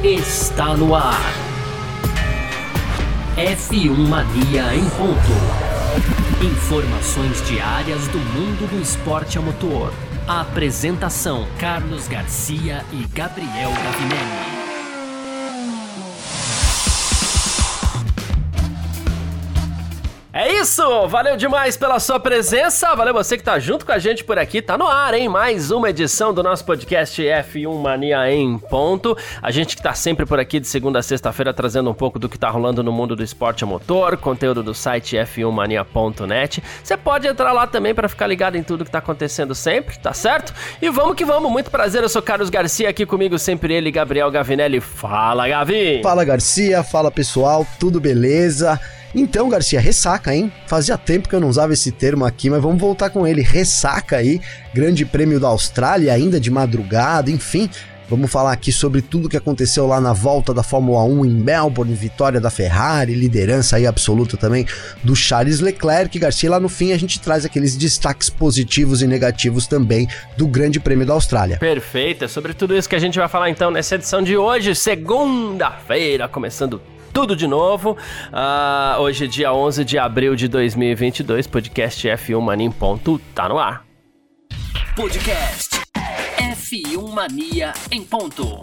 está no ar. F1 Mania em ponto. Informações diárias do mundo do esporte a motor. A apresentação: Carlos Garcia e Gabriel Gavinelli. É isso! Valeu demais pela sua presença, valeu você que tá junto com a gente por aqui, tá no ar, hein? Mais uma edição do nosso podcast F1 Mania em ponto. A gente que tá sempre por aqui de segunda a sexta-feira trazendo um pouco do que tá rolando no mundo do esporte a motor, conteúdo do site f1mania.net. Você pode entrar lá também pra ficar ligado em tudo que tá acontecendo sempre, tá certo? E vamos que vamos, muito prazer, eu sou Carlos Garcia, aqui comigo sempre ele, Gabriel Gavinelli. Fala, Gavi! Fala, Garcia, fala pessoal, tudo beleza? Então, Garcia, ressaca, hein? Fazia tempo que eu não usava esse termo aqui, mas vamos voltar com ele. Ressaca aí, Grande Prêmio da Austrália, ainda de madrugada, enfim. Vamos falar aqui sobre tudo que aconteceu lá na volta da Fórmula 1 em Melbourne, vitória da Ferrari, liderança aí absoluta também do Charles Leclerc. Garcia, lá no fim a gente traz aqueles destaques positivos e negativos também do Grande Prêmio da Austrália. Perfeito, é sobre tudo isso que a gente vai falar então nessa edição de hoje, segunda-feira, começando tudo de novo. Hoje, dia 11 de abril de 2022, podcast F1 Mania em ponto tá no ar. Podcast F1 Mania em ponto.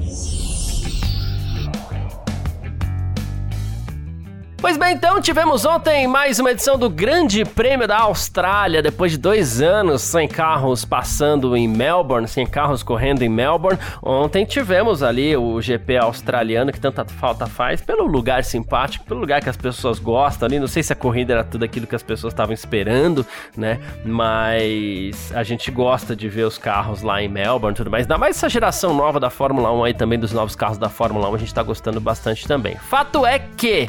Pois bem, então, tivemos ontem mais uma edição do Grande Prêmio da Austrália, depois de 2 anos sem carros passando em Melbourne, sem carros correndo em Melbourne. Ontem tivemos ali o GP australiano, que tanta falta faz, pelo lugar simpático, pelo lugar que as pessoas gostam ali. Não sei se a corrida era tudo aquilo que as pessoas estavam esperando, né? Mas a gente gosta de ver os carros lá em Melbourne e tudo mais. Ainda mais essa geração nova da Fórmula 1 aí também, dos novos carros da Fórmula 1, a gente tá gostando bastante também. Fato é que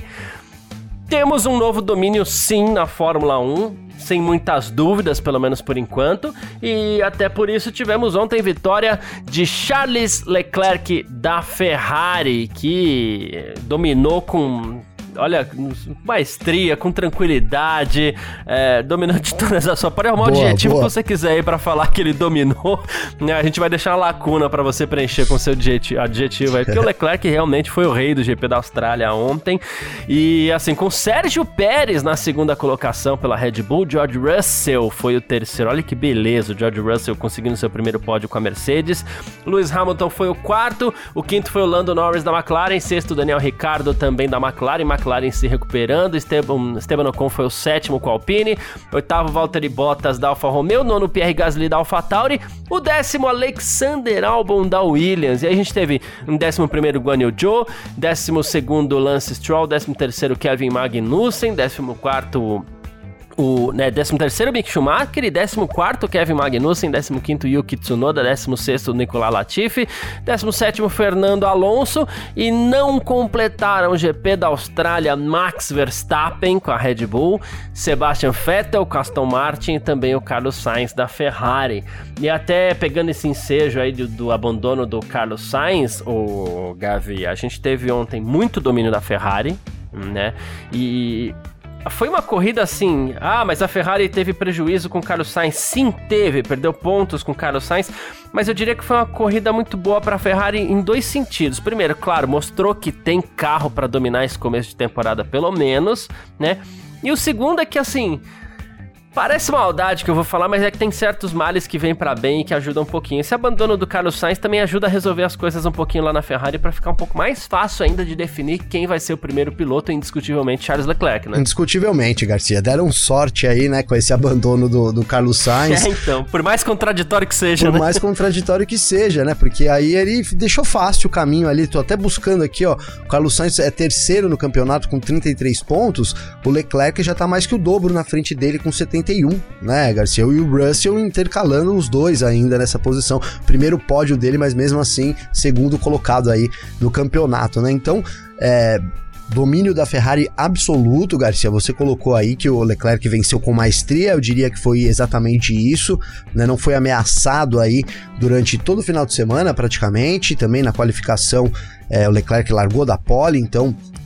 temos um novo domínio sim na Fórmula 1, sem muitas dúvidas, pelo menos por enquanto, e até por isso tivemos ontem vitória de Charles Leclerc da Ferrari, que dominou com, olha, maestria, com tranquilidade, dominou de todas as suas... Pode arrumar o adjetivo que você quiser aí pra falar que ele dominou, né? A gente vai deixar uma lacuna pra você preencher com seu adjetivo aí, porque o Leclerc realmente foi o rei do GP da Austrália ontem, e assim, com Sérgio Pérez na segunda colocação pela Red Bull, George Russell foi o terceiro, olha que beleza, o George Russell conseguindo seu primeiro pódio com a Mercedes, Lewis Hamilton foi o quarto, o quinto foi o Lando Norris da McLaren, sexto Daniel Ricciardo também da McLaren se recuperando, Esteban Ocon foi o sétimo com a Alpine, oitavo Valtteri Bottas da Alfa Romeo, nono Pierre Gasly da AlphaTauri, o décimo Alexander Albon da Williams, e aí a gente teve em 11º Guan Yu Zhou, 12º Lance Stroll, 13º Kevin Magnussen, 14º o 13º Mick Schumacher, 14º Kevin Magnussen, 15º Yuki Tsunoda, 16º Nicolas Latifi, 17º Fernando Alonso, e não completaram o GP da Austrália Max Verstappen com a Red Bull, Sebastian Vettel com a Aston Martin e também o Carlos Sainz da Ferrari. E até pegando esse ensejo aí do abandono do Carlos Sainz, o Gavi, a gente teve ontem muito domínio da Ferrari, né? E foi uma corrida assim, mas a Ferrari teve prejuízo com o Carlos Sainz. Sim, teve, perdeu pontos com o Carlos Sainz, mas eu diria que foi uma corrida muito boa para a Ferrari em 2 sentidos. Primeiro, claro, mostrou que tem carro para dominar esse começo de temporada pelo menos, né? E o segundo é que assim, parece maldade que eu vou falar, mas é que tem certos males que vêm pra bem e que ajudam um pouquinho. Esse abandono do Carlos Sainz também ajuda a resolver as coisas um pouquinho lá na Ferrari pra ficar um pouco mais fácil ainda de definir quem vai ser o primeiro piloto, indiscutivelmente Charles Leclerc, né? Indiscutivelmente, Garcia. Deram sorte aí, né, com esse abandono do Carlos Sainz. Então, por mais contraditório que seja, né? Por mais contraditório que seja, né? Porque aí ele deixou fácil o caminho ali. Tô até buscando aqui, ó. O Carlos Sainz é terceiro no campeonato com 33 pontos. O Leclerc já tá mais que o dobro na frente dele com 71, né, Garcia? E o Russell intercalando os dois ainda nessa posição. Primeiro pódio dele, mas mesmo assim, segundo colocado aí no campeonato, né? Então, domínio da Ferrari absoluto, Garcia. Você colocou aí que o Leclerc venceu com maestria, eu diria que foi exatamente isso, né? Não foi ameaçado aí durante todo o final de semana praticamente, também na qualificação o Leclerc largou da pole, então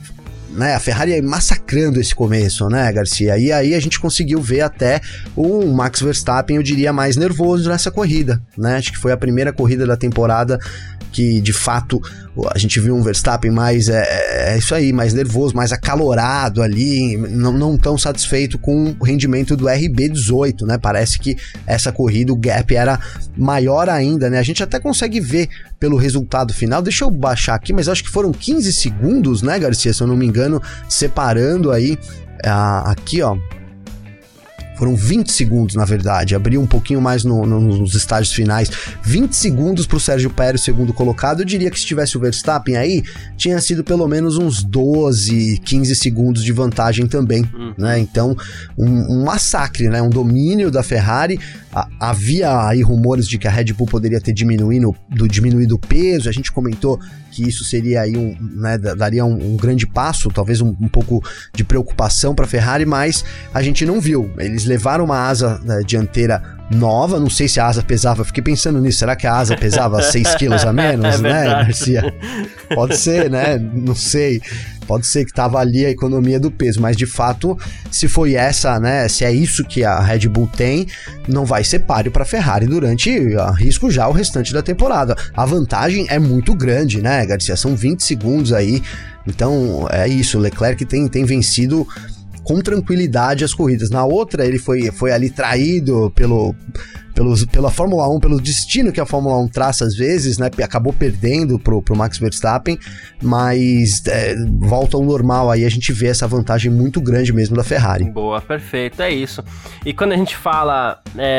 né, a Ferrari massacrando esse começo, né, Garcia? E aí a gente conseguiu ver até o Max Verstappen, eu diria, mais nervoso nessa corrida, né? Acho que foi a primeira corrida da temporada que, de fato, a gente viu um Verstappen mais, isso aí, mais nervoso, mais acalorado ali, não tão satisfeito com o rendimento do RB18, né? Parece que essa corrida, o gap era maior ainda, né? A gente até consegue ver pelo resultado final, deixa eu baixar aqui, mas acho que foram 15 segundos, né, Garcia, se eu não me engano, separando aí, aqui, ó, foram 20 segundos, na verdade, abriu um pouquinho mais nos estágios finais, 20 segundos para o Sérgio Pérez, segundo colocado. Eu diria que se tivesse o Verstappen aí, tinha sido pelo menos uns 12, 15 segundos de vantagem também, né? Então, um massacre, né? Um domínio da Ferrari. Havia aí rumores de que a Red Bull poderia ter diminuído o peso, a gente comentou que isso seria aí né, daria um grande passo, talvez um pouco de preocupação para a Ferrari, mas a gente não viu. Eles levaram uma asa dianteira nova, não sei se a asa pesava, fiquei pensando nisso, será que a asa pesava 6 quilos a menos, né, Garcia? Pode ser, né? Não sei. Pode ser que tava ali a economia do peso, mas de fato, se foi essa, né, se é isso que a Red Bull tem, não vai ser páreo para a Ferrari durante, arrisco já, o restante da temporada. A vantagem é muito grande, né, Garcia? São 20 segundos aí, então é isso, o Leclerc tem vencido com tranquilidade as corridas. Na outra, ele foi ali traído pela Fórmula 1, pelo destino que a Fórmula 1 traça às vezes, né? Acabou perdendo pro Max Verstappen, mas volta ao normal, aí a gente vê essa vantagem muito grande mesmo da Ferrari. Boa, perfeito, é isso. E quando a gente fala...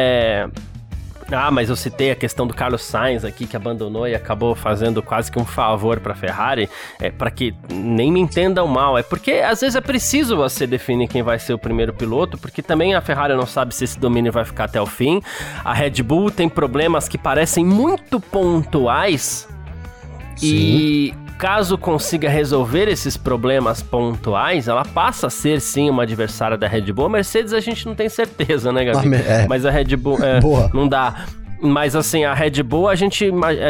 mas eu citei a questão do Carlos Sainz aqui, que abandonou e acabou fazendo quase que um favor para a Ferrari, para que nem me entendam mal, é porque às vezes é preciso você definir quem vai ser o primeiro piloto, porque também a Ferrari não sabe se esse domínio vai ficar até o fim. A Red Bull tem problemas que parecem muito pontuais. Sim. E caso consiga resolver esses problemas pontuais, ela passa a ser sim uma adversária da Red Bull. A Mercedes a gente não tem certeza, né, Gabi? Mas a Red Bull não dá. Mas assim, a Red Bull a gente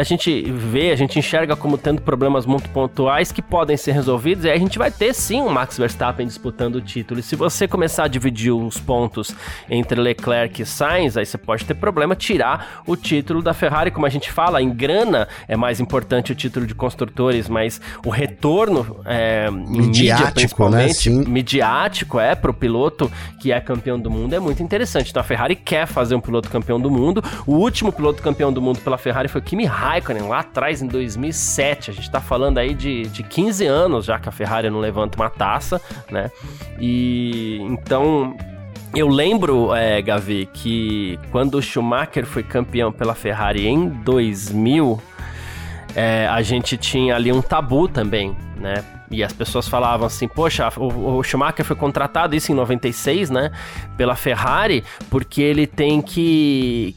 enxerga como tendo problemas muito pontuais que podem ser resolvidos, e aí a gente vai ter sim um Max Verstappen disputando o título. E se você começar a dividir os pontos entre Leclerc e Sainz, aí você pode ter problema tirar o título da Ferrari. Como a gente fala, em grana é mais importante o título de construtores, mas o retorno midiático, mídia, né? Sim. Midiático pro piloto que é campeão do mundo é muito interessante. Então a Ferrari quer fazer um piloto campeão do mundo. O último piloto campeão do mundo pela Ferrari foi Kimi Raikkonen, lá atrás em 2007. A gente tá falando aí de 15 anos já que a Ferrari não levanta uma taça, né? E então eu lembro, Gavi, que quando o Schumacher foi campeão pela Ferrari em 2000, a gente tinha ali um tabu também, né? E as pessoas falavam assim, poxa, o Schumacher foi contratado, isso em 96, né, pela Ferrari, porque ele tem que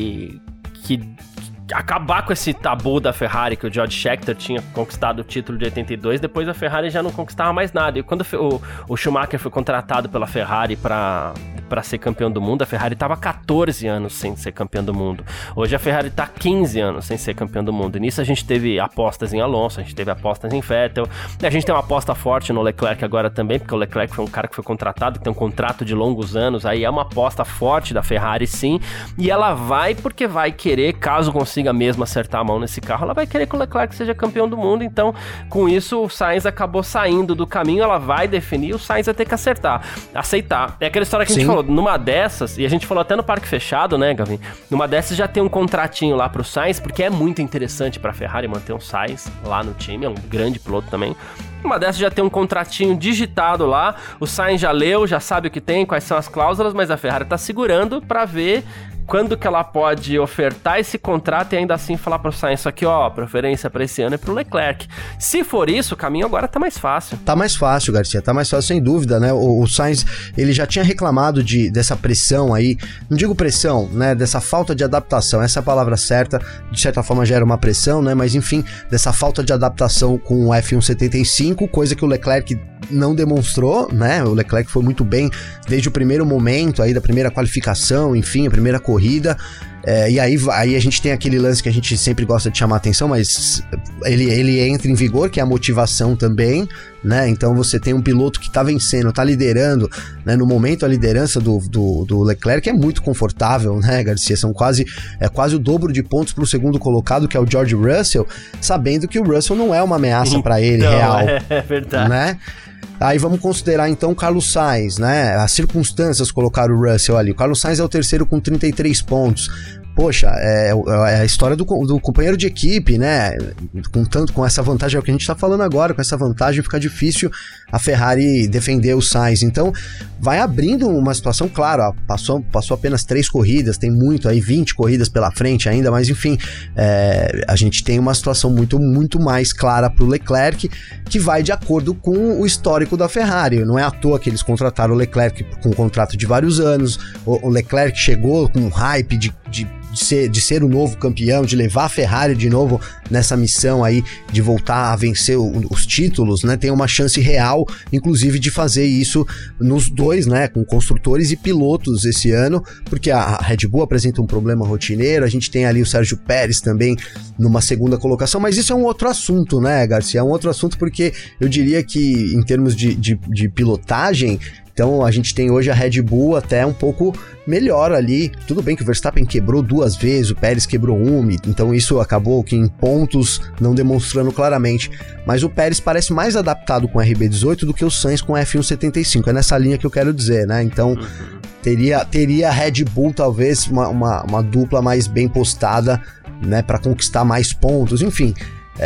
acabar com esse tabu da Ferrari, que o George Scheckter tinha conquistado o título de 82, depois a Ferrari já não conquistava mais nada. E quando o Schumacher foi contratado pela Ferrari para ser campeão do mundo, a Ferrari estava 14 anos sem ser campeão do mundo. Hoje a Ferrari está 15 anos sem ser campeão do mundo. E nisso a gente teve apostas em Alonso, a gente teve apostas em Vettel, a gente tem uma aposta forte no Leclerc agora também, porque o Leclerc foi um cara que foi contratado, que tem um contrato de longos anos, aí é uma aposta forte da Ferrari sim, e ela vai porque vai querer, caso consiga mesmo acertar a mão nesse carro, ela vai querer que o Leclerc seja campeão do mundo. Então com isso o Sainz acabou saindo do caminho, ela vai definir, o Sainz vai ter que aceitar. É aquela história que a gente falou, numa dessas, e a gente falou até no Parque Fechado, né, Gavin? Numa dessas já tem um contratinho lá pro Sainz, porque é muito interessante pra Ferrari manter um Sainz lá no time, é um grande piloto também. Uma dessas já tem um contratinho digitado lá, o Sainz já leu, já sabe o que tem, quais são as cláusulas, mas a Ferrari tá segurando pra ver quando que ela pode ofertar esse contrato e ainda assim falar pro Sainz, isso aqui, ó, preferência pra esse ano é pro Leclerc. Se for isso, o caminho agora tá mais fácil. Tá mais fácil, Garcia, tá mais fácil, sem dúvida, né? O Sainz, ele já tinha reclamado dessa pressão aí, não digo pressão, né? Dessa falta de adaptação, essa é a palavra certa, de certa forma já era uma pressão, né? Mas enfim, dessa falta de adaptação com o F175, coisa que o Leclerc não demonstrou, né? O Leclerc foi muito bem desde o primeiro momento aí da primeira qualificação, enfim, a primeira corrida. E aí a gente tem aquele lance que a gente sempre gosta de chamar a atenção, mas ele entra em vigor, que é a motivação também, né? Então você tem um piloto que tá vencendo, tá liderando, né? No momento a liderança do Leclerc é muito confortável, né, Garcia? É quase o dobro de pontos pro segundo colocado, que é o George Russell, sabendo que o Russell não é uma ameaça para ele real. É verdade. Né? Aí vamos considerar então o Carlos Sainz, né? As circunstâncias colocaram o Russell ali. O Carlos Sainz é o terceiro com 33 pontos. Poxa, é a história do companheiro de equipe, né? Com essa vantagem, é o que a gente tá falando agora, com essa vantagem fica difícil a Ferrari defender o Sainz. Então, vai abrindo uma situação, claro, ó, passou apenas 3 corridas, tem muito aí, 20 corridas pela frente ainda, mas enfim, a gente tem uma situação muito, muito mais clara pro Leclerc, que vai de acordo com o histórico da Ferrari. Não é à toa que eles contrataram o Leclerc com um contrato de vários anos, o Leclerc chegou com um hype de ser o novo campeão, de levar a Ferrari de novo nessa missão aí de voltar a vencer os títulos, né? Tem uma chance real, inclusive, de fazer isso nos dois, né? Com construtores e pilotos esse ano, porque a Red Bull apresenta um problema rotineiro, a gente tem ali o Sérgio Pérez também numa segunda colocação, mas isso é um outro assunto, né, Garcia? É um outro assunto porque eu diria que em termos de pilotagem, então a gente tem hoje a Red Bull até um pouco melhor ali. Tudo bem que o Verstappen quebrou 2 vezes, o Pérez quebrou uma, então isso acabou que em pontos não demonstrando claramente. Mas o Pérez parece mais adaptado com RB18 do que o Sainz com F175. É nessa linha que eu quero dizer, né? Então teria a Red Bull talvez uma dupla mais bem postada, né, para conquistar mais pontos, enfim.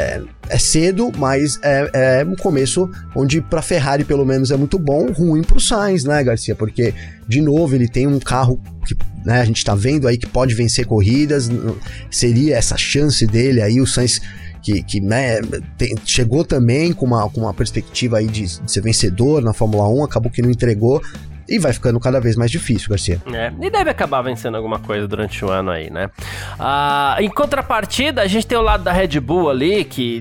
É cedo, mas é um começo onde pra Ferrari pelo menos é muito bom, ruim pro Sainz, né, Garcia? Porque, de novo, ele tem um carro que, né, a gente tá vendo aí que pode vencer corridas, seria essa chance dele aí, o Sainz que né, chegou também com uma perspectiva aí de ser vencedor na Fórmula 1, acabou que não entregou. E vai ficando cada vez mais difícil, Garcia. E deve acabar vencendo alguma coisa durante o ano aí, né? Em contrapartida, a gente tem o lado da Red Bull ali, que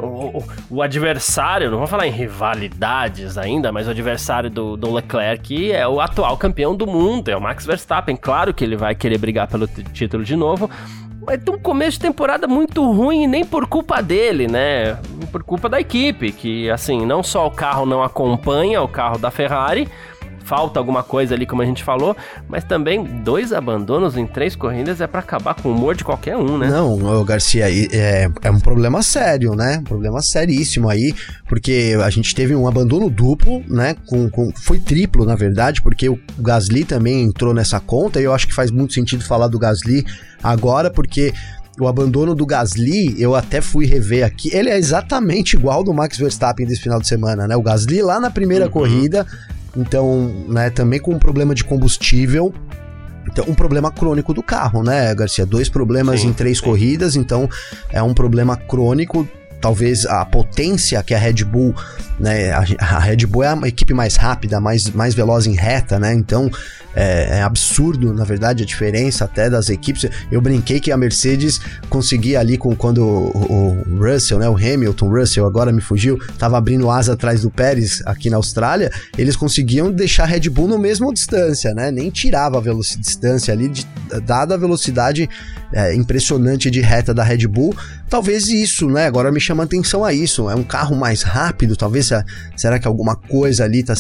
o adversário, não vou falar em rivalidades ainda, mas o adversário do Leclerc é o atual campeão do mundo, é o Max Verstappen. Claro que ele vai querer brigar pelo título de novo, mas tem um começo de temporada muito ruim, e nem por culpa dele, né? Por culpa da equipe, que assim, não só o carro não acompanha o carro da Ferrari, falta alguma coisa ali, como a gente falou, mas também 2 abandonos em 3 corridas é pra acabar com o humor de qualquer um, né? Não, Garcia, é um problema sério, né? Um problema seríssimo aí, porque a gente teve um abandono duplo, né? Foi triplo, na verdade, porque o Gasly também entrou nessa conta, e eu acho que faz muito sentido falar do Gasly agora, porque o abandono do Gasly, eu até fui rever aqui, ele é exatamente igual ao do Max Verstappen desse final de semana, né? O Gasly lá na primeira corrida, então, né, também com um problema de combustível, então um problema crônico do carro, né, Garcia? 2 problemas em 3 corridas, então é um problema crônico. Talvez a potência que a Red Bull, né, a Red Bull é a equipe mais rápida, mais veloz em reta, né, então é absurdo, na verdade, a diferença até das equipes. Eu brinquei que a Mercedes conseguia ali quando o Russell, né, o Hamilton, Russell, agora me fugiu, tava abrindo asa atrás do Pérez aqui na Austrália, eles conseguiam deixar a Red Bull na mesma distância, né, nem tirava a distância ali, dada a velocidade impressionante de reta da Red Bull. Talvez isso, né, agora me chama atenção a isso, é um carro mais rápido, talvez, será que alguma coisa ali tá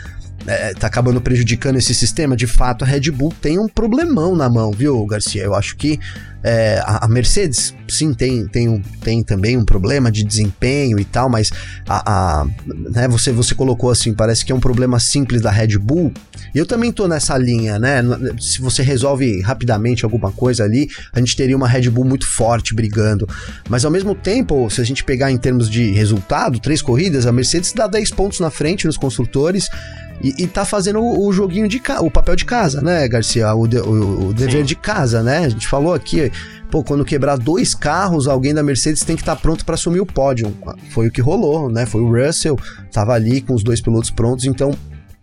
acabando prejudicando esse sistema? De fato, a Red Bull tem um problemão na mão, viu, Garcia? Eu acho que a Mercedes, sim, tem também um problema de desempenho e tal, mas né, você colocou assim, parece que é um problema simples da Red Bull, e eu também tô nessa linha, né? Se você resolve rapidamente alguma coisa ali, a gente teria uma Red Bull muito forte brigando, mas ao mesmo tempo, se a gente pegar em termos de resultado, 3 corridas, a Mercedes dá 10 pontos na frente nos construtores, e tá fazendo o joguinho o papel de casa, né, Garcia? O dever de casa, né? A gente falou aqui, quando quebrar 2 carros, alguém da Mercedes tem que estar pronto para assumir o pódio. Foi o que rolou, né? Foi o Russell, tava ali com os 2 pilotos prontos, então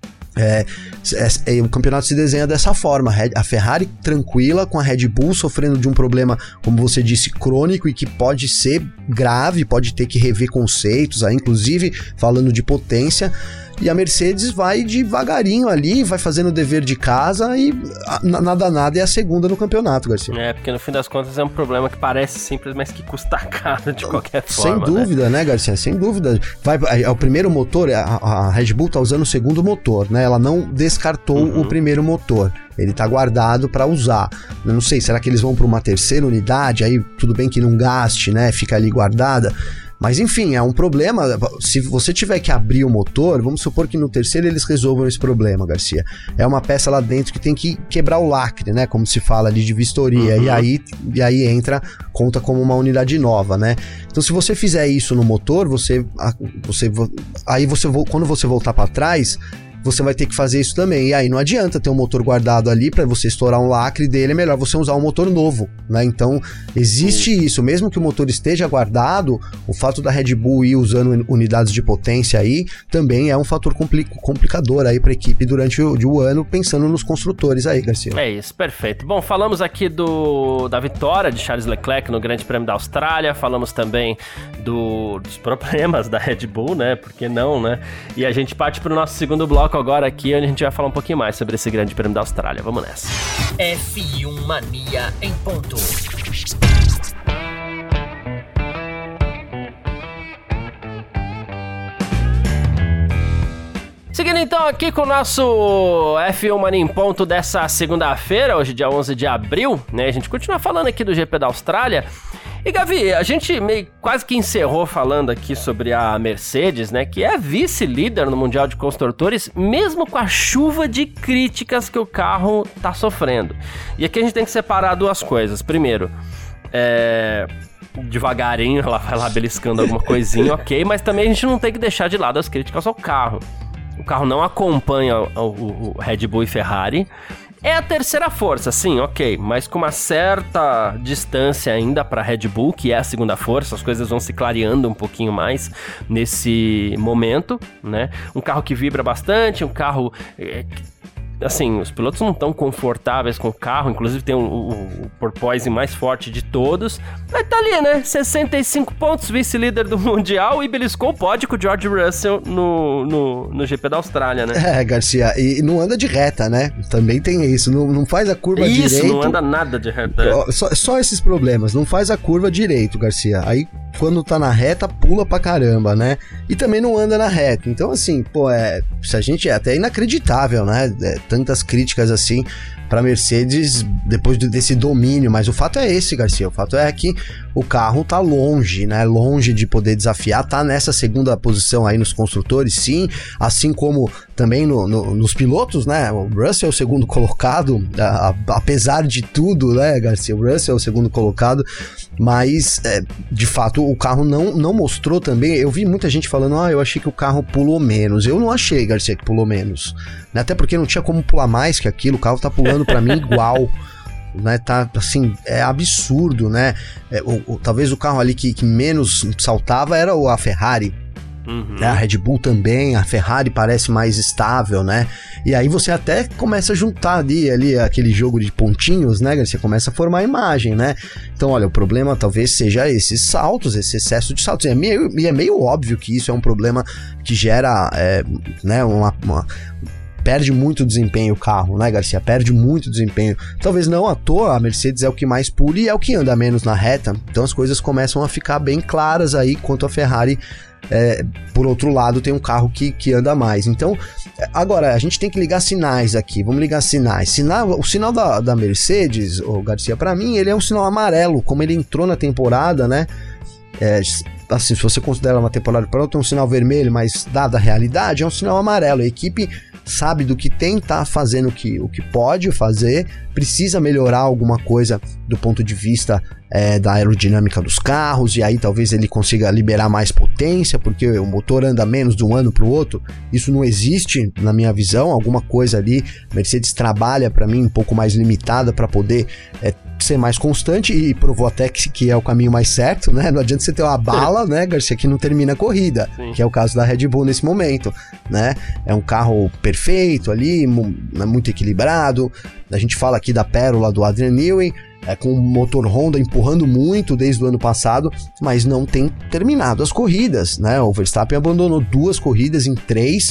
o campeonato se desenha dessa forma. A Ferrari tranquila, com a Red Bull sofrendo de um problema, como você disse, crônico, e que pode ser grave, pode ter que rever conceitos, aí, inclusive falando de potência. e a Mercedes vai devagarinho ali, vai fazendo o dever de casa e nada é a segunda no campeonato, Garcia. Porque no fim das contas é um problema que parece simples, mas que custa caro de qualquer forma. Sem dúvida, né, Garcia? Sem dúvida. É o primeiro motor, a Red Bull tá usando o segundo motor, né? Ela não descartou o primeiro motor. Ele tá guardado para usar. Eu não sei, será que eles vão para uma terceira unidade? Aí tudo bem que não gaste, né? Fica ali guardada. Mas enfim, é um problema. Se você tiver que abrir o motor, vamos supor que no terceiro eles resolvam esse problema, Garcia. É uma peça lá dentro que tem que quebrar o lacre, né? Como se fala ali de vistoria. E aí entra, conta como uma unidade nova, né? Então se você fizer isso no motor, quando você voltar para trás, você vai ter que fazer isso também. E aí não adianta ter um motor guardado ali para você estourar um lacre dele, é melhor você usar um motor novo, né? Então existe isso, mesmo que o motor esteja guardado, o fato da Red Bull ir usando unidades de potência aí também é um fator complicador aí para a equipe durante o ano, pensando nos construtores aí, Garcia. É isso, perfeito. Bom, falamos aqui da vitória de Charles Leclerc no Grande Prêmio da Austrália, falamos também dos problemas da Red Bull, né? Por que não, né? E a gente parte para o nosso segundo bloco agora aqui, onde a gente vai falar um pouquinho mais sobre esse Grande Prêmio da Austrália. Vamos nessa. F1 Mania em ponto. Seguindo então aqui com o nosso F1 Mania em ponto dessa segunda-feira, hoje dia 11 de abril, né? A gente continua falando aqui do GP da Austrália. E Gavi, a gente quase que encerrou falando aqui sobre a Mercedes, né, que é vice-líder no Mundial de Construtores, mesmo com a chuva de críticas que o carro tá sofrendo. E aqui a gente tem que separar duas coisas. Primeiro, devagarinho, ela vai lá beliscando alguma coisinha, ok, mas também a gente não tem que deixar de lado as críticas ao carro. O carro não acompanha o Red Bull e Ferrari. É a terceira força, sim, ok, mas com uma certa distância ainda para a Red Bull, que é a segunda força, as coisas vão se clareando um pouquinho mais nesse momento, né? Um carro que vibra bastante, um carro... Assim, os pilotos não estão confortáveis com o carro, inclusive tem o porpoise mais forte de todos, mas tá ali, né? 65 pontos, vice-líder do Mundial, e beliscou o pódio com o George Russell no GP da Austrália, né? Garcia, e não anda de reta, né? Também tem isso, não faz a curva direito. Isso, não anda nada de reta. Só esses problemas, não faz a curva direito, Garcia. Aí, quando tá na reta, pula pra caramba, né? E também não anda na reta. Então, assim, se a gente é até inacreditável, né? Tantas críticas assim para Mercedes depois desse domínio, mas o fato é esse, Garcia, o fato é que o carro tá longe, né, longe de poder desafiar, tá nessa segunda posição aí nos construtores, sim, assim como também nos pilotos, né, o Russell é o segundo colocado, apesar de tudo, né, Garcia, o Russell é o segundo colocado, mas de fato o carro não mostrou também. Eu vi muita gente falando, eu achei que o carro pulou menos. Eu não achei, Garcia, que pulou menos, né? Até porque não tinha como pular mais que aquilo, o carro tá pulando pra mim igual, né? Tá assim, é absurdo, né? Talvez o carro ali que menos saltava era a Ferrari. A Red Bull também, a Ferrari parece mais estável, né? E aí você até começa a juntar ali aquele jogo de pontinhos, né? Você começa a formar a imagem, né? Então, olha, o problema talvez seja esses saltos, esse excesso de saltos. E é meio óbvio que isso é um problema que gera, né, perde muito desempenho o carro, né, Garcia? Perde muito desempenho. Talvez não à toa, a Mercedes é o que mais pula e é o que anda menos na reta. Então as coisas começam a ficar bem claras aí, quanto a Ferrari, por outro lado, tem um carro que anda mais. Então, agora, a gente tem que ligar sinais aqui. Vamos ligar sinais. O sinal da Mercedes, Garcia, pra mim, ele é um sinal amarelo. Como ele entrou na temporada, né? Assim, se você considera uma temporada para outra, é um sinal vermelho, mas dada a realidade, é um sinal amarelo. A equipe sabe do que tem, tá fazendo o que pode fazer, precisa melhorar alguma coisa do ponto de vista da aerodinâmica dos carros, e aí talvez ele consiga liberar mais potência, porque o motor anda menos de um ano para o outro. Isso não existe na minha visão. Alguma coisa ali, Mercedes trabalha para mim um pouco mais limitada para poder ser mais constante, e provou até que é o caminho mais certo, né? Não adianta você ter uma bala, né, Garcia, que não termina a corrida. Sim. Que é o caso da Red Bull nesse momento, né? É um carro perfeito ali, muito equilibrado. A gente fala aqui da pérola do Adrian Newey, com o motor Honda empurrando muito desde o ano passado, mas não tem terminado as corridas, né? O Verstappen abandonou 2 corridas em 3,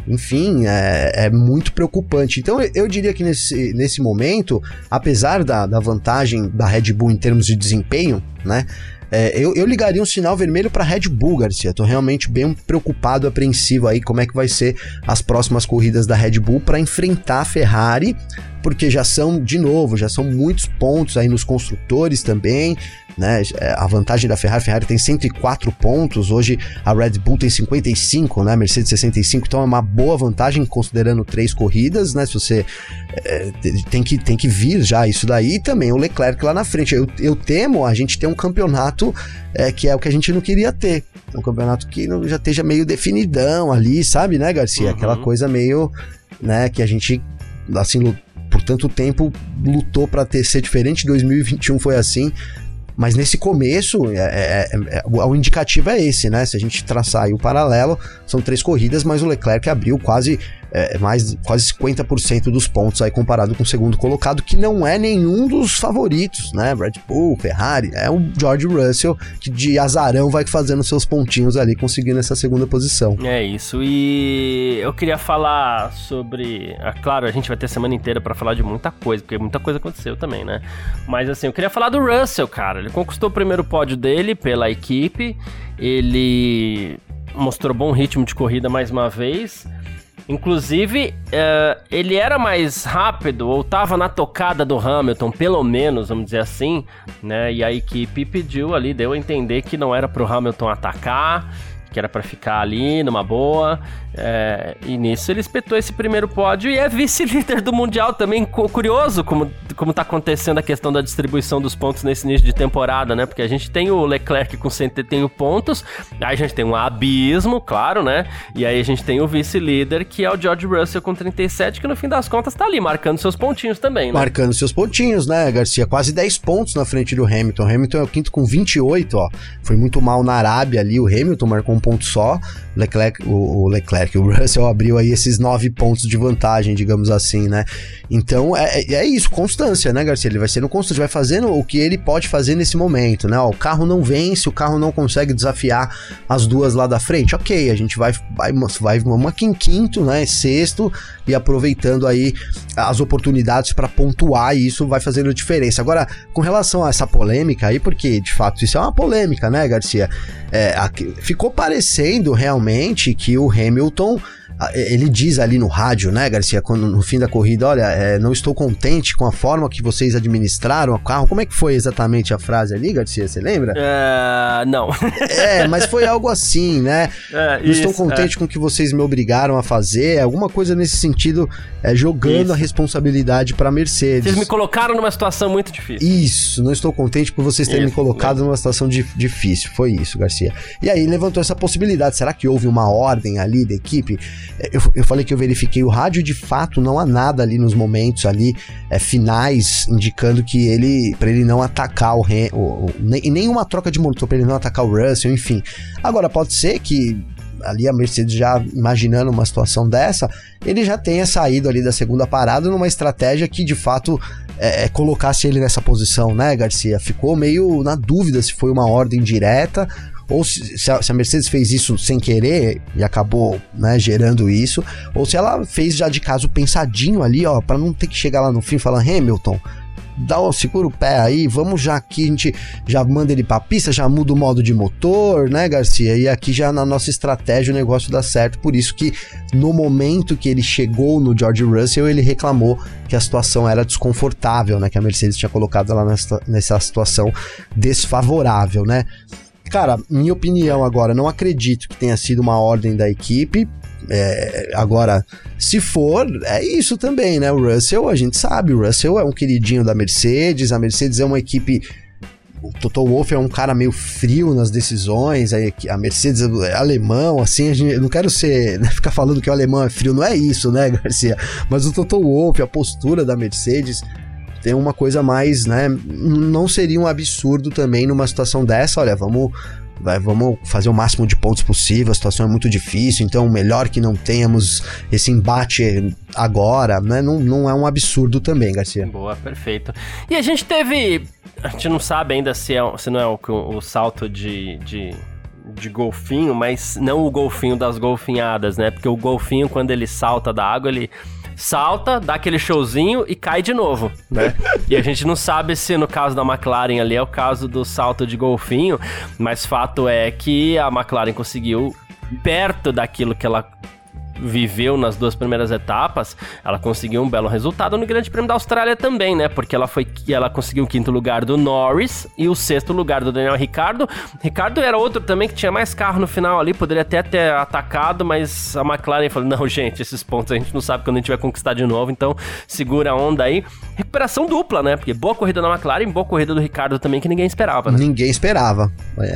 Enfim, é muito preocupante. Então eu diria que nesse momento, apesar da vantagem da Red Bull em termos de desempenho, né? Eu ligaria um sinal vermelho para Red Bull, Garcia. Tô realmente bem preocupado, apreensivo aí como é que vai ser as próximas corridas da Red Bull para enfrentar a Ferrari, porque já são muitos pontos aí nos construtores também, né? A vantagem da Ferrari tem 104 pontos, hoje a Red Bull tem 55, né? Mercedes 65, então é uma boa vantagem considerando 3 corridas, né? Se você tem que vir já isso daí, e também o Leclerc lá na frente. Eu temo a gente ter um campeonato que é o que a gente não queria ter, um campeonato que já esteja meio definidão ali, sabe, né, Garcia? Aquela coisa meio, né, que a gente, assim, por tanto tempo lutou para ser diferente. 2021 foi assim, mas nesse começo o indicativo é esse, né? Se a gente traçar aí o paralelo, são 3 corridas, mas o Leclerc abriu quase 50% dos pontos aí comparado com o segundo colocado, que não é nenhum dos favoritos, né? Red Bull, Ferrari, é o George Russell, que de azarão vai fazendo seus pontinhos ali, conseguindo essa segunda posição. É isso, e eu queria falar sobre... Claro, a gente vai ter a semana inteira pra falar de muita coisa, porque muita coisa aconteceu também, né? Mas assim, eu queria falar do Russell, cara. Ele conquistou o primeiro pódio dele pela equipe, ele mostrou bom ritmo de corrida mais uma vez. Inclusive, ele era mais rápido, ou estava na tocada do Hamilton, pelo menos, vamos dizer assim, né? E a equipe pediu ali, deu a entender que não era pro Hamilton atacar, que era para ficar ali numa boa, e nisso ele espetou esse primeiro pódio e é vice-líder do Mundial também. Curioso como tá acontecendo a questão da distribuição dos pontos nesse início de temporada, né? Porque a gente tem o Leclerc com 100 pontos, aí a gente tem um abismo, claro, né? E aí a gente tem o vice-líder, que é o George Russell com 37, que no fim das contas tá ali, marcando seus pontinhos também, né? Marcando seus pontinhos, né, Garcia? Quase 10 pontos na frente do Hamilton. O Hamilton é o quinto com 28, ó. Foi muito mal na Arábia ali, o Hamilton marcou um ponto só. O Russell abriu aí esses 9 pontos de vantagem, digamos assim, né? Então é isso, constância, né, Garcia? Ele vai sendo constante, vai fazendo o que ele pode fazer nesse momento, né? Ó, o carro não vence, o carro não consegue desafiar as duas lá da frente, ok, a gente vai aqui em quinto, né, sexto, e aproveitando aí as oportunidades para pontuar, e isso vai fazendo diferença. Agora, com relação a essa polêmica aí, porque de fato isso é uma polêmica, né, Garcia? Ficou parecendo realmente que o Hamilton, ele diz ali no rádio, né, Garcia, quando no fim da corrida, olha, não estou contente com a forma que vocês administraram o carro. Como é que foi exatamente a frase ali, Garcia, você lembra? Não. Mas foi algo assim, né? Não estou contente com o que vocês me obrigaram a fazer, alguma coisa nesse sentido, jogando a responsabilidade para a Mercedes. Vocês me colocaram numa situação muito difícil. Isso, não estou contente por vocês terem me colocado numa situação difícil, foi isso, Garcia. E aí levantou essa possibilidade, será que houve uma ordem ali da equipe? Eu falei que eu verifiquei o rádio, de fato não há nada ali nos momentos ali finais indicando que para ele não atacar nenhuma troca de motor, para ele não atacar o Russell, enfim. Agora pode ser que ali a Mercedes, já imaginando uma situação dessa, ele já tenha saído ali da segunda parada numa estratégia que de fato colocasse ele nessa posição, né, Garcia? Ficou meio na dúvida se foi uma ordem direta ou se a Mercedes fez isso sem querer e acabou, né, gerando isso, ou se ela fez já de caso pensadinho ali, ó, para não ter que chegar lá no fim e falar, Hamilton, segura o pé aí, vamos já aqui, a gente já manda ele pra pista, já muda o modo de motor, né, Garcia? E aqui já na nossa estratégia o negócio dá certo. Por isso que no momento que ele chegou no George Russell, ele reclamou que a situação era desconfortável, né, que a Mercedes tinha colocado ela nessa situação desfavorável, né? Cara, minha opinião agora, não acredito que tenha sido uma ordem da equipe. Agora, se for, é isso também, né? O Russell, a gente sabe, o Russell é um queridinho da Mercedes, a Mercedes é uma equipe... O Toto Wolff é um cara meio frio nas decisões, a Mercedes é alemão, assim, eu não quero ficar falando que o alemão é frio, não é isso, né, Garcia? Mas o Toto Wolff, a postura da Mercedes... tem uma coisa mais, né, não seria um absurdo também numa situação dessa, olha, vamos fazer o máximo de pontos possível, a situação é muito difícil, então melhor que não tenhamos esse embate agora, né, não é um absurdo também, Garcia. Boa, perfeito. E a gente não sabe ainda se não é o salto de de golfinho, mas não o golfinho das golfinhadas, né? Porque o golfinho, quando ele salta da água, ele salta, dá aquele showzinho e cai de novo, né? E a gente não sabe se no caso da McLaren ali é o caso do salto de golfinho, mas fato é que a McLaren conseguiu, perto daquilo que ela viveu nas 2 primeiras etapas, ela conseguiu um belo resultado no Grande Prêmio da Austrália também, né? Porque ela conseguiu o 5º lugar do Norris e o 6º lugar do Daniel Ricciardo. Ricciardo era outro também que tinha mais carro no final ali, poderia até ter atacado, mas a McLaren falou, não, gente, esses pontos a gente não sabe quando a gente vai conquistar de novo, então segura a onda aí. Recuperação dupla, né? Porque boa corrida da McLaren, boa corrida do Ricciardo também, que ninguém esperava, né? Ninguém esperava.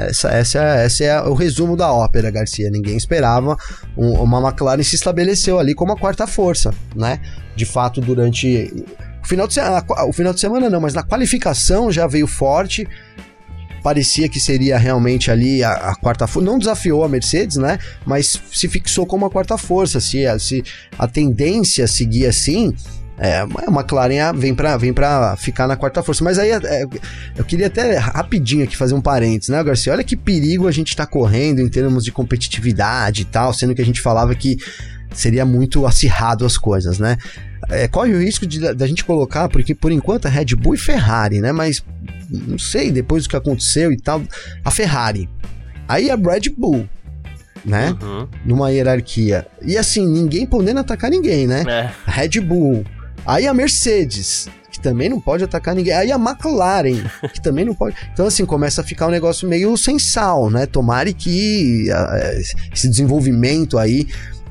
Esse é o resumo da ópera, Garcia. Ninguém esperava. Uma McLaren se estabeleceu ali como a quarta força, né? De fato, durante o final de semana não, mas na qualificação já veio forte. Parecia que seria realmente ali a quarta força. Não desafiou a Mercedes, né? Mas se fixou como a quarta força. Se a tendência seguir assim, a McLaren vem pra ficar na quarta força. Mas aí eu queria até rapidinho aqui fazer um parênteses, né, Garcia? Olha que perigo a gente tá correndo em termos de competitividade e tal, sendo que a gente falava que seria muito acirrado as coisas, né? Corre o risco da gente colocar, porque por enquanto a Red Bull e Ferrari, né? Mas não sei, depois do que aconteceu e tal, a Ferrari. Aí a Red Bull, né? Numa hierarquia. E assim, ninguém podendo atacar ninguém, né? Red Bull. Aí a Mercedes, que também não pode atacar ninguém. Aí a McLaren, que também não pode. Então, assim, começa a ficar um negócio meio sem sal, né? Tomara que esse desenvolvimento aí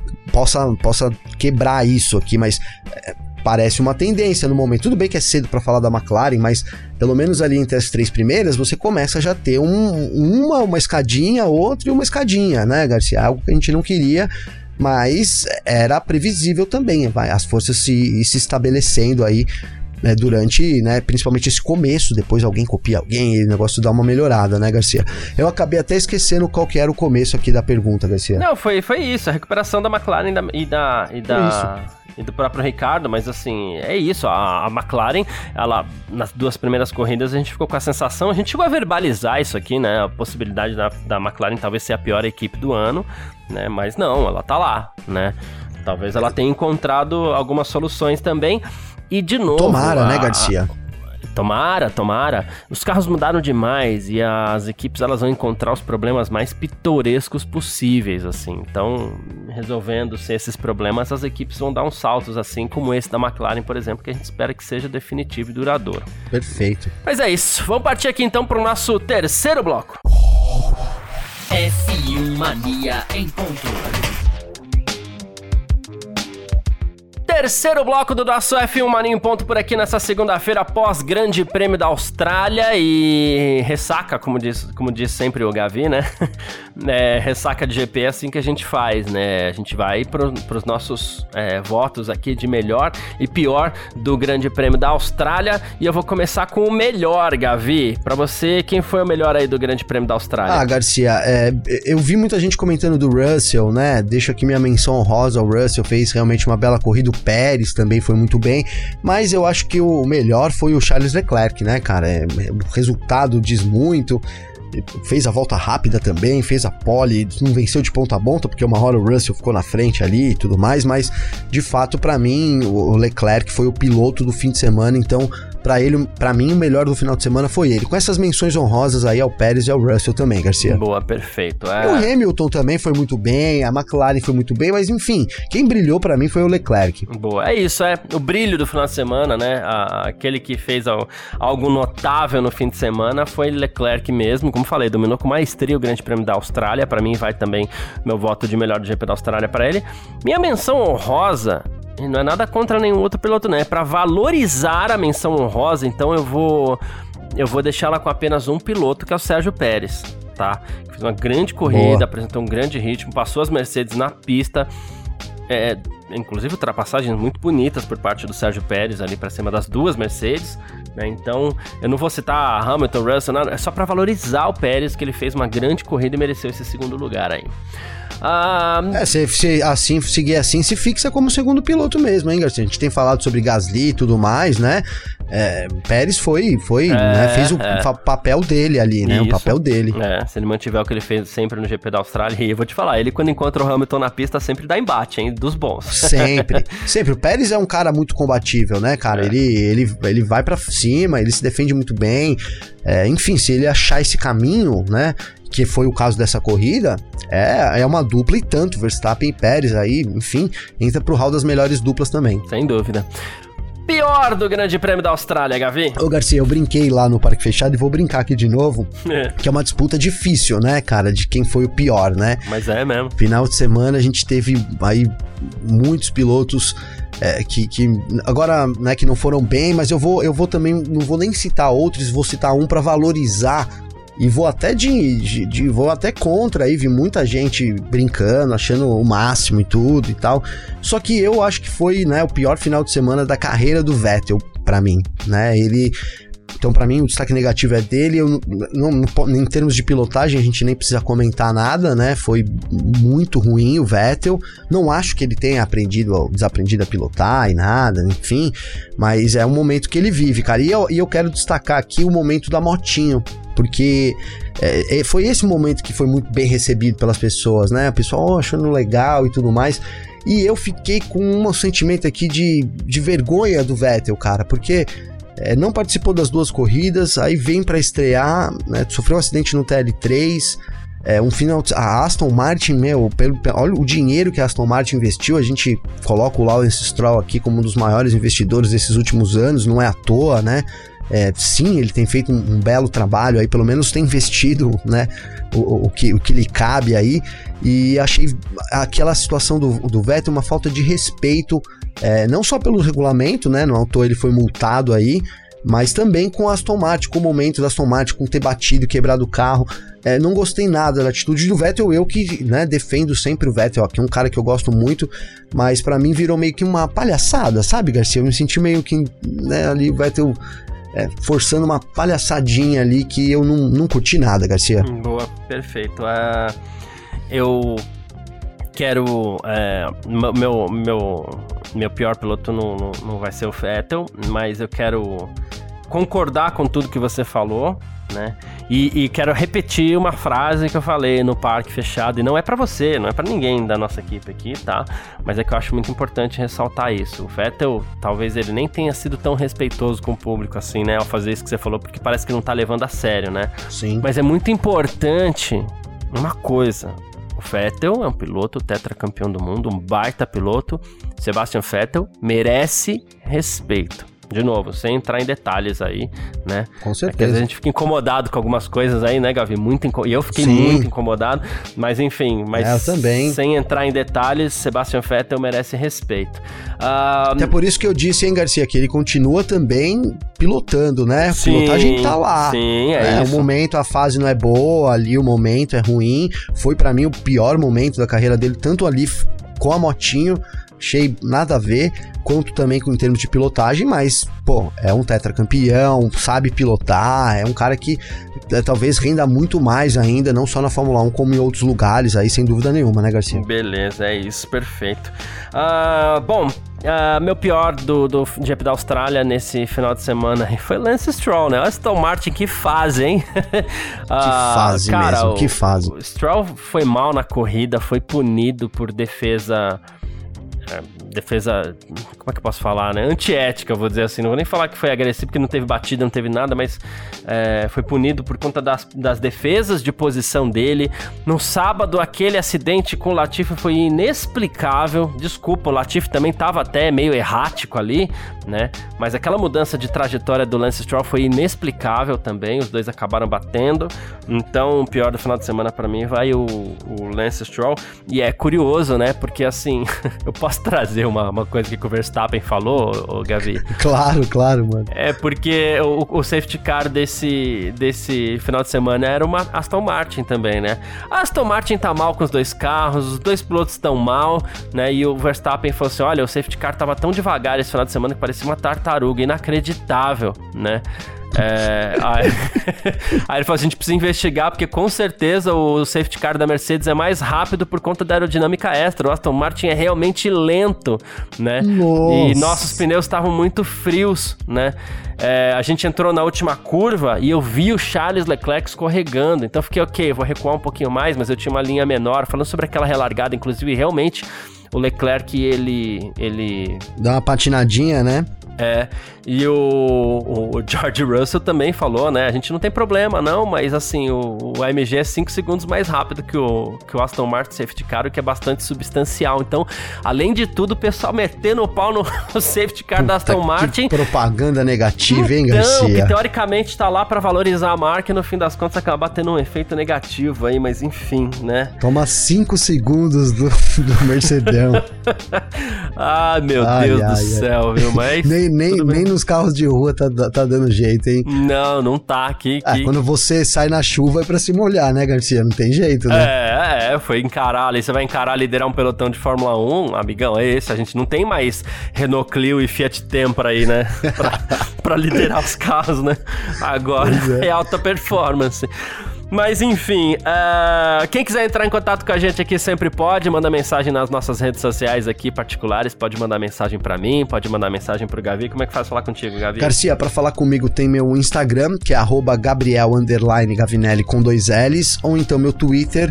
possa quebrar isso aqui, mas parece uma tendência no momento. Tudo bem que é cedo para falar da McLaren, mas pelo menos ali entre as 3 primeiras, você começa a já ter uma escadinha, outra e uma escadinha, né, Garcia? Algo que a gente não queria, mas era previsível também, as forças se estabelecendo aí, né, durante, né, principalmente esse começo. Depois alguém copia alguém e o negócio dá uma melhorada, né, Garcia? Eu acabei até esquecendo qual que era o começo aqui da pergunta, Garcia. Não, foi isso, a recuperação da McLaren e do próprio Ricciardo, mas assim, é isso, a McLaren, ela, nas 2 primeiras corridas a gente ficou com a sensação, a gente chegou a verbalizar isso aqui, né, a possibilidade da McLaren talvez ser a pior equipe do ano, né, mas não, ela tá lá, né, talvez ela tenha encontrado algumas soluções também, e de novo... Tomara, né, Garcia? Tomara. Os carros mudaram demais e as equipes elas vão encontrar os problemas mais pitorescos possíveis, assim. Então, resolvendo-se esses problemas, as equipes vão dar uns saltos, assim, como esse da McLaren, por exemplo, que a gente espera que seja definitivo e duradouro. Perfeito. Mas é isso. Vamos partir aqui, então, para o nosso terceiro bloco. F1 Mania em ponto. Terceiro bloco do nosso F1 Mania em ponto por aqui nessa segunda-feira após Grande Prêmio da Austrália e ressaca, como diz sempre o Gavi, né? Ressaca de GP é assim que a gente faz, né? A gente vai pros nossos votos aqui de melhor e pior do Grande Prêmio da Austrália e eu vou começar com o melhor, Gavi. Pra você, quem foi o melhor aí do Grande Prêmio da Austrália? Garcia, eu vi muita gente comentando do Russell, né? Deixo aqui minha menção honrosa ao Russell, fez realmente uma bela corrida. O Pérez também foi muito bem, mas eu acho que o melhor foi o Charles Leclerc, né, cara? O resultado diz muito. Fez a volta rápida também, fez a pole, não venceu de ponta a ponta, porque uma hora o Russell ficou na frente ali e tudo mais, mas de fato, pra mim, o Leclerc foi o piloto do fim de semana, então pra mim o melhor do final de semana foi ele, com essas menções honrosas aí ao Pérez e ao Russell também, Garcia. Boa, perfeito. O Hamilton também foi muito bem, a McLaren foi muito bem, mas enfim, quem brilhou pra mim foi o Leclerc. Boa, é isso, o brilho do final de semana, né, aquele que fez algo notável no fim de semana foi Leclerc mesmo, como falei, dominou com maestria o Grande Prêmio da Austrália, pra mim vai também meu voto de melhor do GP da Austrália pra ele. Minha menção honrosa, e não é nada contra nenhum outro piloto, né? É pra valorizar a menção honrosa, então eu vou deixar ela com apenas um piloto, que é o Sérgio Pérez, tá? Fez uma grande corrida, apresentou um grande ritmo, passou as Mercedes na pista, inclusive ultrapassagens muito bonitas por parte do Sérgio Pérez ali pra cima das 2 Mercedes, né? Então eu não vou citar Hamilton, Russell, nada, é só pra valorizar o Pérez, que ele fez uma grande corrida e mereceu esse segundo lugar aí. Se seguir assim, se fixa como segundo piloto mesmo, hein, Garcia? A gente tem falado sobre Gasly e tudo mais, né? Pérez foi né, fez o papel dele ali, né? O papel dele. Se ele mantiver o que ele fez sempre no GP da Austrália, e eu vou te falar, ele quando encontra o Hamilton na pista sempre dá embate, hein? Dos bons. Sempre. O Pérez é um cara muito combatível, né, cara? Ele vai pra cima, ele se defende muito bem. Enfim, se ele achar esse caminho, né? Que foi o caso dessa corrida, é uma dupla e tanto. Verstappen e Pérez aí, enfim, entra pro hall das melhores duplas também. Sem dúvida. Pior do Grande Prêmio da Austrália, Gavi? Ô, Garcia, eu brinquei lá no Parque Fechado e vou brincar aqui de novo, que é uma disputa difícil, né, cara, de quem foi o pior, né? Mas é mesmo. Final de semana a gente teve aí muitos pilotos que agora, né, que não foram bem, mas eu vou também, não vou nem citar outros, vou citar um pra valorizar. E vou até vou até contra aí, vi muita gente brincando, achando o máximo e tudo e tal. Só que eu acho que foi, né, o pior final de semana da carreira do Vettel, pra mim, né? Então, pra mim, o destaque negativo é dele. Em termos de pilotagem, a gente nem precisa comentar nada, né? Foi muito ruim o Vettel. Não acho que ele tenha desaprendido a pilotar e nada, enfim. Mas é um momento que ele vive, cara. E eu quero destacar aqui o momento da motinho, porque foi esse momento que foi muito bem recebido pelas pessoas, né? O pessoal achando legal e tudo mais. E eu fiquei com um sentimento aqui de vergonha do Vettel, cara, porque não participou das duas corridas, aí vem pra estrear, né, sofreu um acidente no TL3, a Aston Martin, olha o dinheiro que a Aston Martin investiu. A gente coloca o Lawrence Stroll aqui como um dos maiores investidores desses últimos anos, não é à toa, né? Sim, ele tem feito um belo trabalho aí, pelo menos tem investido, né, o que lhe cabe aí, e achei aquela situação do Vettel uma falta de respeito, não só pelo regulamento, né, não à toa ele foi multado aí, mas também com a Aston Martin, com o momento da Aston Martin, com ter batido e quebrado o carro. Não gostei nada da atitude do Vettel, eu que, né, defendo sempre o Vettel, aqui é um cara que eu gosto muito, mas pra mim virou meio que uma palhaçada, sabe, Garcia? Eu me senti meio que, né, ali o Vettel forçando uma palhaçadinha ali que eu não curti nada, Garcia. Boa, perfeito. Eu quero... meu pior piloto não vai ser o Vettel, mas eu quero concordar com tudo que você falou, né? E quero repetir uma frase que eu falei no Parque Fechado, e não é pra você, não é pra ninguém da nossa equipe aqui, tá? Mas é que eu acho muito importante ressaltar isso. O Vettel, talvez ele nem tenha sido tão respeitoso com o público assim, né? Ao fazer isso que você falou, porque parece que não tá levando a sério, né? Sim. Mas é muito importante uma coisa. O Vettel é um piloto tetracampeão do mundo, um baita piloto. Sebastian Vettel merece respeito. De novo, sem entrar em detalhes aí, né? Com certeza. Às vezes a gente fica incomodado com algumas coisas aí, né, Gavi? E eu fiquei muito incomodado, mas enfim, eu também. Sem entrar em detalhes, Sebastian Vettel merece respeito. Até por isso que eu disse, hein, Garcia, que ele continua também pilotando, né? A pilotagem tá lá. Sim, isso. O momento, a fase não é boa, ali o momento é ruim. Foi pra mim o pior momento da carreira dele, tanto ali com a motinho, achei nada a ver, quanto também em termos de pilotagem, mas, pô, é um tetracampeão, sabe pilotar, é um cara que talvez renda muito mais ainda, não só na Fórmula 1, como em outros lugares aí, sem dúvida nenhuma, né, Garcia? Beleza, é isso, perfeito. Meu pior do GP da Austrália nesse final de semana foi Lance Stroll, né? Aston Martin, que fase, hein? Que fase, cara, mesmo, que fase. O Stroll foi mal na corrida, foi punido por defesa, como é que eu posso falar, né? Antiética, vou dizer assim. Não vou nem falar que foi agressivo, porque não teve batida, não teve nada, mas foi punido por conta das defesas de posição dele. No sábado, aquele acidente com o Latifi foi inexplicável. Desculpa, o Latifi também estava até meio errático ali, né? Mas aquela mudança de trajetória do Lance Stroll foi inexplicável também. Os dois acabaram batendo. Então, o pior do final de semana pra mim vai o Lance Stroll. E é curioso, né? Porque assim, eu posso trazer uma coisa que o Verstappen falou, Gavi? Claro, mano. É porque o safety car desse final de semana era uma Aston Martin também, né? A Aston Martin tá mal com os dois carros, os dois pilotos estão mal, né? E o Verstappen falou assim, olha, o safety car tava tão devagar esse final de semana que parecia uma tartaruga, inacreditável, né? Aí ele falou assim, a gente precisa investigar, porque com certeza o safety car da Mercedes é mais rápido por conta da aerodinâmica extra. O Aston Martin é realmente lento, né? Nossa. E nossos pneus estavam muito frios, né? A gente entrou na última curva e eu vi o Charles Leclerc escorregando. Então eu fiquei, ok, vou recuar um pouquinho mais, mas eu tinha uma linha menor. Falando sobre aquela relargada, inclusive, realmente o Leclerc, ele... Dá uma patinadinha, né? E o George Russell também falou, né? A gente não tem problema, não, mas assim, o AMG é 5 segundos mais rápido que o Aston Martin Safety Car, o que é bastante substancial. Então, além de tudo, o pessoal metendo o pau no Safety Car da Aston Martin. Que propaganda negativa, hein, Garcia? Garcia? Que teoricamente tá lá pra valorizar a marca e no fim das contas acabar tendo um efeito negativo aí, mas enfim, né? Toma 5 segundos do Mercedão. Meu Deus do céu, viu? Mas nem nos carros de rua tá dando jeito, hein? Não tá aqui. Quando você sai na chuva é pra se molhar, né, Garcia? Não tem jeito, né? Foi encarar ali. Você vai encarar, liderar um pelotão de Fórmula 1, amigão, é esse. A gente não tem mais Renault Clio e Fiat Tempra aí, né? pra liderar os carros, né? Agora é alta performance. Mas enfim, quem quiser entrar em contato com a gente aqui sempre pode, manda mensagem nas nossas redes sociais aqui particulares, pode mandar mensagem pra mim, pode mandar mensagem pro Gavi. Como é que faz falar contigo, Gavi? Garcia, pra falar comigo tem meu Instagram, que é @Gabriel_Gavinelli com 2 L's, ou então meu Twitter,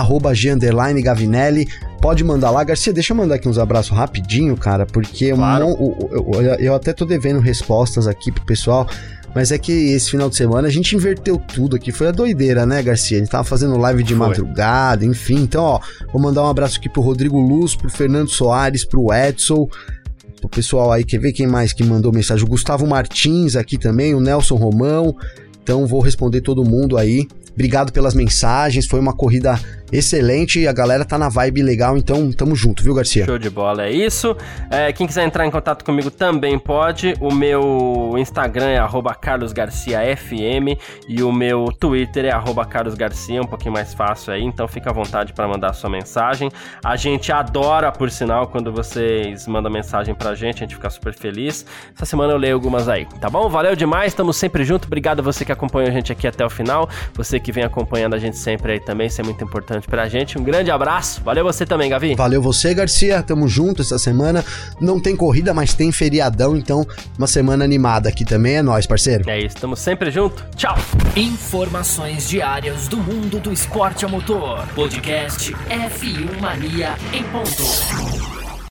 @G_Gavinelli. Pode mandar lá. Garcia, deixa eu mandar aqui uns abraços rapidinho, cara, porque claro. eu até tô devendo respostas aqui pro pessoal. Mas é que esse final de semana a gente inverteu tudo aqui. Foi a doideira, né, Garcia? A gente tava fazendo live de madrugada, enfim. Então, ó, vou mandar um abraço aqui pro Rodrigo Luz, pro Fernando Soares, pro Edson, pro pessoal aí, quer ver quem mais que mandou mensagem? O Gustavo Martins aqui também, o Nelson Romão. Então, vou responder todo mundo aí. Obrigado pelas mensagens, foi uma corrida excelente, a galera tá na vibe legal, então tamo junto, viu, Garcia? Show de bola, é isso. Quem quiser entrar em contato comigo também pode. O meu Instagram é @CarlosGarciaFM e o meu Twitter é @CarlosGarcia, um pouquinho mais fácil aí, então fica à vontade para mandar a sua mensagem. A gente adora, por sinal, quando vocês mandam mensagem pra gente, a gente fica super feliz. Essa semana eu leio algumas aí, tá bom? Valeu demais, tamo sempre junto, obrigado a você que acompanha a gente aqui até o final, você que vem acompanhando a gente sempre aí também, isso é muito importante pra gente. Um grande abraço. Valeu você também, Gavi. Valeu você, Garcia. Tamo junto essa semana. Não tem corrida, mas tem feriadão, então uma semana animada aqui também. É nóis, parceiro. É isso, tamo sempre junto. Tchau. Informações diárias do mundo do esporte a motor. Podcast F1 Mania em ponto.